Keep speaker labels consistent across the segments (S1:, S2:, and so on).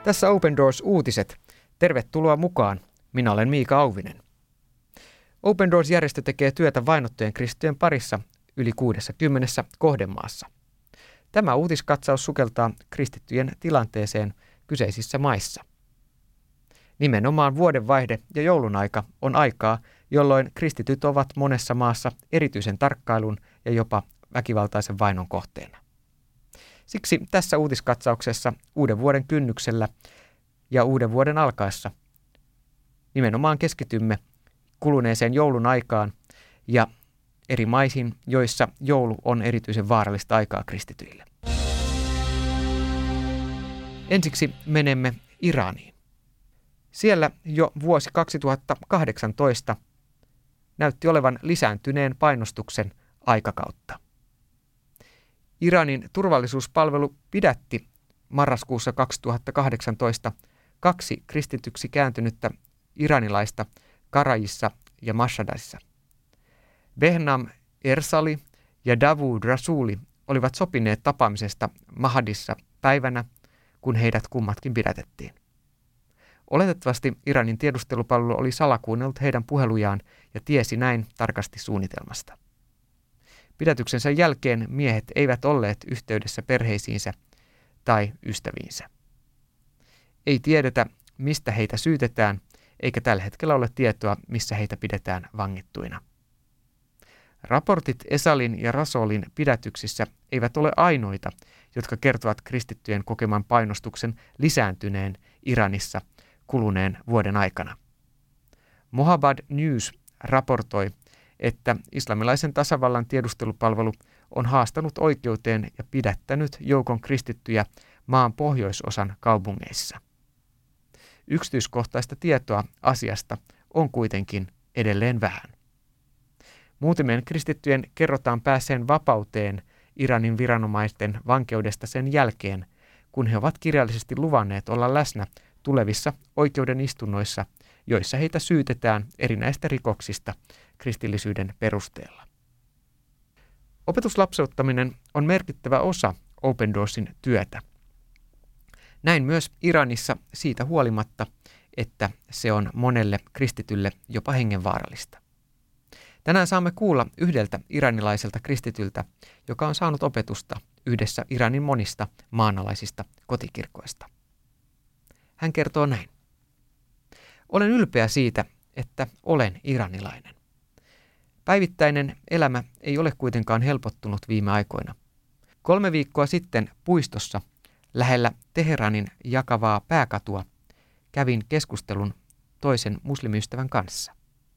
S1: Tässä Open Doors uutiset. Tervetuloa mukaan. Minä olen Miika Auvinen. Open Doors-järjestö tekee työtä vainottujen kristittyjen parissa yli 60 kohdemaassa. Tämä uutiskatsaus sukeltaa kristittyjen tilanteeseen kyseisissä maissa. Nimenomaan vuodenvaihde ja joulun aika on aikaa, jolloin kristityt ovat monessa maassa erityisen tarkkailun ja jopa väkivaltaisen vainon kohteena. Siksi tässä uutiskatsauksessa uuden vuoden kynnyksellä ja uuden vuoden alkaessa nimenomaan keskitymme kuluneeseen joulun aikaan ja eri maihin, joissa joulu on erityisen vaarallista aikaa kristityille. Ensiksi menemme Iraniin. Siellä jo vuosi 2018 näytti olevan lisääntyneen painostuksen aikakautta. Iranin turvallisuuspalvelu pidätti marraskuussa 2018 kaksi kristityksi kääntynyttä iranilaista Karajissa ja Mashhadissa. Behnam Ersali ja Davud Rasuli olivat sopineet tapaamisesta Mahadissa päivänä, kun heidät kummatkin pidätettiin. Oletettavasti Iranin tiedustelupalvelu oli salakuunnellut heidän puhelujaan ja tiesi näin tarkasti suunnitelmasta. Pidätyksensä jälkeen miehet eivät olleet yhteydessä perheisiinsä tai ystäviinsä. Ei tiedetä, mistä heitä syytetään, eikä tällä hetkellä ole tietoa, missä heitä pidetään vangittuina. Raportit Esalin ja Rasolin pidätyksissä eivät ole ainoita, jotka kertovat kristittyjen kokeman painostuksen lisääntyneen Iranissa kuluneen vuoden aikana. Mohabad News raportoi, että islamilaisen tasavallan tiedustelupalvelu on haastanut oikeuteen ja pidättänyt joukon kristittyjä maan pohjoisosan kaupungeissa. Yksityiskohtaista tietoa asiasta on kuitenkin edelleen vähän. Muutamien kristittyjen kerrotaan päässeen vapauteen Iranin viranomaisten vankeudesta sen jälkeen, kun he ovat kirjallisesti luvanneet olla läsnä tulevissa oikeuden istunnoissa, joissa heitä syytetään erinäistä rikoksista kristillisyyden perusteella. Opetuslapseuttaminen on merkittävä osa Open Doorsin työtä. Näin myös Iranissa siitä huolimatta, että se on monelle kristitylle jopa hengenvaarallista. Tänään saamme kuulla yhdeltä iranilaiselta kristityltä, joka on saanut opetusta yhdessä Iranin monista maanalaisista kotikirkoista. Hän kertoo näin. Olen ylpeä siitä, että olen iranilainen. Päivittäinen elämä ei ole kuitenkaan helpottunut viime aikoina. 3 viikkoa sitten puistossa lähellä Teheranin jakavaa pääkatua kävin keskustelun toisen muslimiystävän kanssa.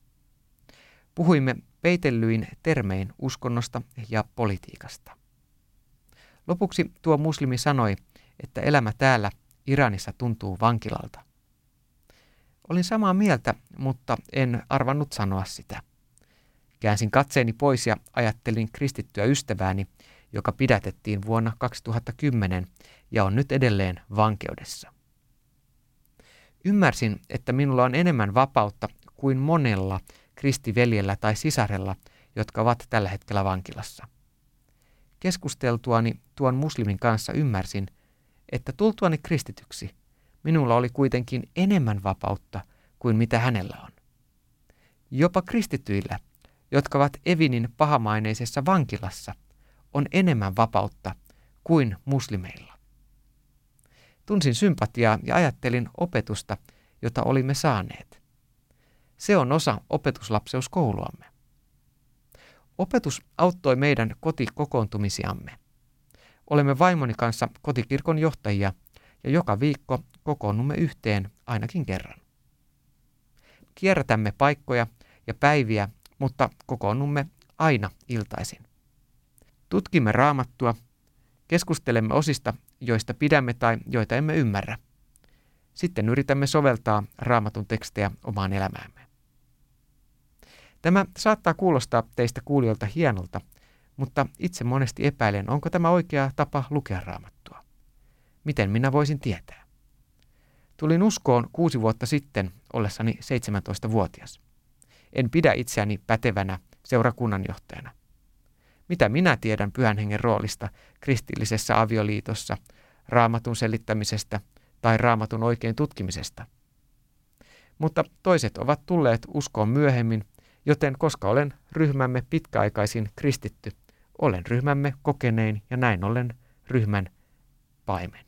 S1: Puhuimme peitellyin termein uskonnosta ja politiikasta. Lopuksi tuo muslimi sanoi, että elämä täällä Iranissa tuntuu vankilalta. Olin samaa mieltä, mutta en arvannut sanoa sitä. Käänsin katseeni pois ja ajattelin kristittyä ystävääni, joka pidätettiin vuonna 2010 ja on nyt edelleen vankeudessa. Ymmärsin, että minulla on enemmän vapautta kuin monella kristiveljellä tai sisarella, jotka ovat tällä hetkellä vankilassa. Keskusteltuani tuon muslimin kanssa ymmärsin, että tultuani kristityksi minulla oli kuitenkin enemmän vapautta kuin mitä hänellä on. Jopa kristityillä, jotka ovat Evinin pahamaineisessa vankilassa, on enemmän vapautta kuin muslimeilla. Tunsin sympatiaa ja ajattelin opetusta, jota olimme saaneet. Se on osa opetuslapseuskouluamme. Opetus auttoi meidän kotikokoontumisiamme. Olemme vaimoni kanssa kotikirkon johtajia ja joka viikko kokoonnumme yhteen ainakin kerran. Kierrätämme paikkoja ja päiviä, mutta kokoonnumme aina iltaisin. Tutkimme Raamattua, keskustelemme osista, joista pidämme tai joita emme ymmärrä. Sitten yritämme soveltaa Raamatun tekstejä omaan elämäämme. Tämä saattaa kuulostaa teistä kuulijoilta hienolta, mutta itse monesti epäilen, onko tämä oikea tapa lukea Raamattua. Miten minä voisin tietää? Tulin uskoon 6 vuotta sitten ollessani 17-vuotias. En pidä itseäni pätevänä seurakunnanjohtajana. Mitä minä tiedän Pyhän Hengen roolista kristillisessä avioliitossa, Raamatun selittämisestä tai Raamatun oikein tutkimisesta. Mutta toiset ovat tulleet uskoon myöhemmin, joten koska olen ryhmämme pitkäaikaisin kristitty, olen ryhmämme kokenein ja näin ollen ryhmän paimen.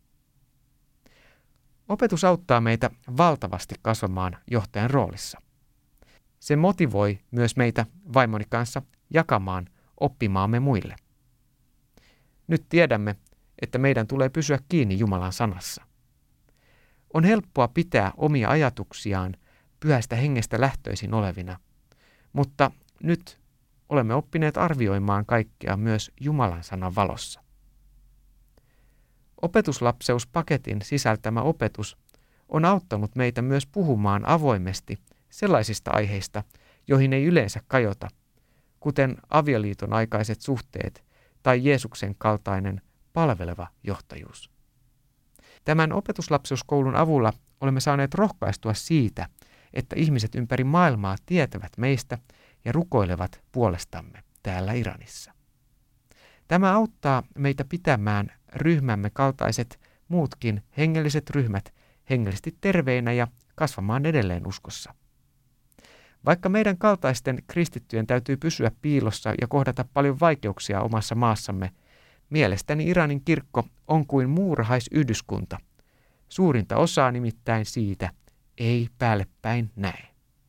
S1: Opetus auttaa meitä valtavasti kasvamaan johtajan roolissa. Se motivoi myös meitä vaimoni kanssa jakamaan oppimaamme muille. Nyt tiedämme, että meidän tulee pysyä kiinni Jumalan sanassa. On helppoa pitää omia ajatuksiaan Pyhästä Hengestä lähtöisin olevina, mutta nyt olemme oppineet arvioimaan kaikkea myös Jumalan sanan valossa. Opetuslapseuspaketin sisältämä opetus on auttanut meitä myös puhumaan avoimesti sellaisista aiheista, joihin ei yleensä kajota, kuten avioliiton aikaiset suhteet tai Jeesuksen kaltainen palveleva johtajuus. Tämän opetuslapseuskoulun avulla olemme saaneet rohkaistua siitä, että ihmiset ympäri maailmaa tietävät meistä ja rukoilevat puolestamme täällä Iranissa. Tämä auttaa meitä pitämään ryhmämme kaltaiset muutkin hengelliset ryhmät hengellisesti terveinä ja kasvamaan edelleen uskossa. Vaikka meidän kaltaisten kristittyjen täytyy pysyä piilossa ja kohdata paljon vaikeuksia omassa maassamme, mielestäni Iranin kirkko on kuin muurahaisyhdyskunta. Suurinta osaa nimittäin siitä ei päälle päin näe.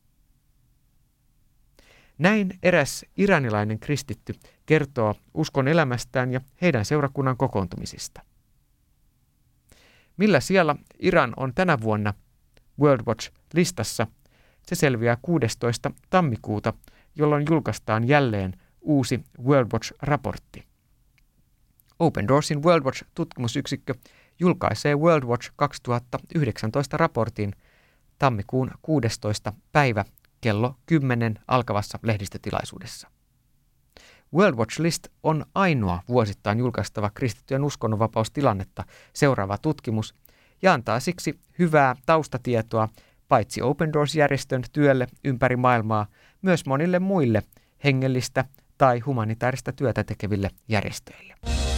S1: Näin eräs iranilainen kristitty kertoo uskon elämästään ja heidän seurakunnan kokoontumisista. Millä sijalla Iran on tänä vuonna World Watch-listassa, se selviää 16. tammikuuta, jolloin julkaistaan jälleen uusi World Watch-raportti. Open Doorsin World Watch-tutkimusyksikkö julkaisee World Watch 2019 raportin tammikuun 16. päivä kello 10 alkavassa lehdistötilaisuudessa. World Watch List on ainoa vuosittain julkaistava kristittyjen uskonnonvapaustilannetta seuraava tutkimus ja antaa siksi hyvää taustatietoa paitsi Open Doors-järjestön työlle ympäri maailmaa, myös monille muille hengellistä tai humanitaarista työtä tekeville järjestöille.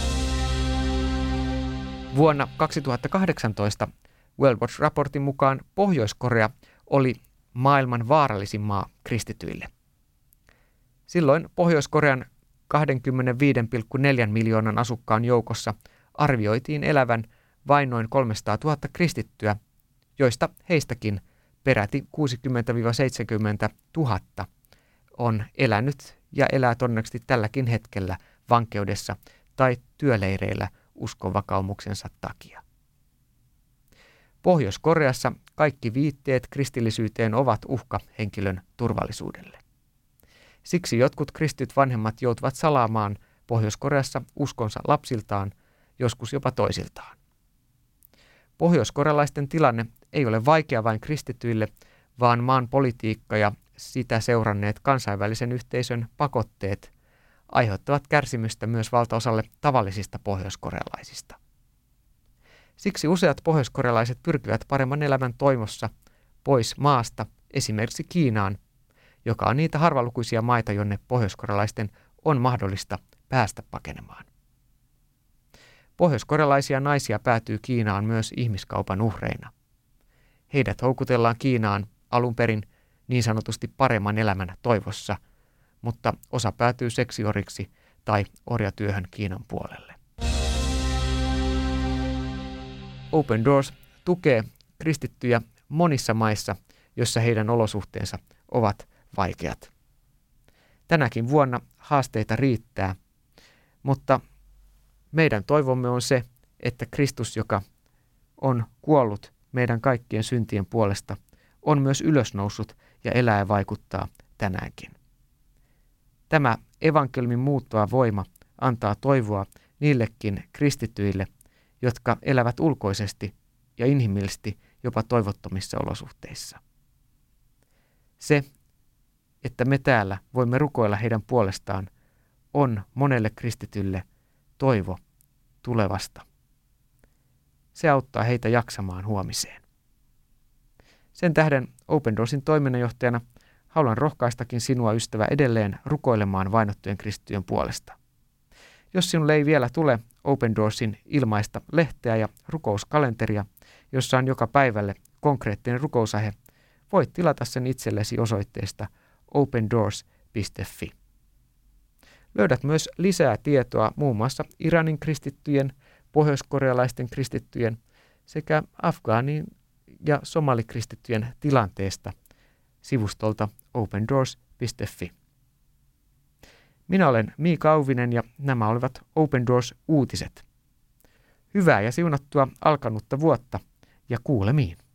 S1: Vuonna 2018 World Watch-raportin mukaan Pohjois-Korea oli maailman vaarallisin maa kristityille. Silloin Pohjois-Korean 25,4 miljoonan asukkaan joukossa arvioitiin elävän vain noin 300 000 kristittyä, joista heistäkin peräti 60-70 000 on elänyt ja elää todennäköisesti tälläkin hetkellä vankeudessa tai työleireillä uskonvakaumuksensa takia. Pohjois-Koreassa kaikki viitteet kristillisyyteen ovat uhka henkilön turvallisuudelle. Siksi jotkut kristityt vanhemmat joutuvat salaamaan Pohjois-Koreassa uskonsa lapsiltaan, joskus jopa toisiltaan. Pohjois-korealaisten tilanne ei ole vaikea vain kristityille, vaan maan politiikka ja sitä seuranneet kansainvälisen yhteisön pakotteet aiheuttavat kärsimystä myös valtaosalle tavallisista pohjoiskorealaisista. Siksi useat pohjoiskorealaiset pyrkivät paremman elämän toivossa pois maasta, esimerkiksi Kiinaan, joka on niitä harvalukuisia maita, jonne pohjoiskorealaisten on mahdollista päästä pakenemaan. Pohjoiskorealaisia naisia päätyy Kiinaan myös ihmiskaupan uhreina. Heidät houkutellaan Kiinaan alun perin niin sanotusti paremman elämän toivossa, mutta osa päätyy seksioriksi tai orjatyöhön Kiinan puolelle. Open Doors tukee kristittyjä monissa maissa, joissa heidän olosuhteensa ovat vaikeat. Tänäkin vuonna haasteita riittää, mutta meidän toivomme on se, että Kristus, joka on kuollut meidän kaikkien syntien puolesta, on myös ylösnoussut ja elää ja vaikuttaa tänäänkin. Tämä evankeliumin muuttava voima antaa toivoa niillekin kristityille, jotka elävät ulkoisesti ja inhimillisesti jopa toivottomissa olosuhteissa. Se, että me täällä voimme rukoilla heidän puolestaan, on monelle kristitylle toivo tulevasta. Se auttaa heitä jaksamaan huomiseen. Sen tähden Open Doorsin toiminnanjohtajana haluan rohkaistakin sinua, ystävä, edelleen rukoilemaan vainottujen kristittyjen puolesta. Jos sinulle ei vielä tule Open Doorsin ilmaista lehteä ja rukouskalenteria, jossa on joka päivälle konkreettinen rukousaihe, voit tilata sen itsellesi osoitteesta opendoors.fi. Löydät myös lisää tietoa muun muassa Iranin kristittyjen, pohjoiskorealaisten kristittyjen sekä afgaanin ja somalikristittyjen tilanteesta sivustolta opendoors.fi. Minä olen Miika Auvinen ja nämä olivat Open Doors-uutiset. Hyvää ja siunattua alkanutta vuotta ja kuulemiin.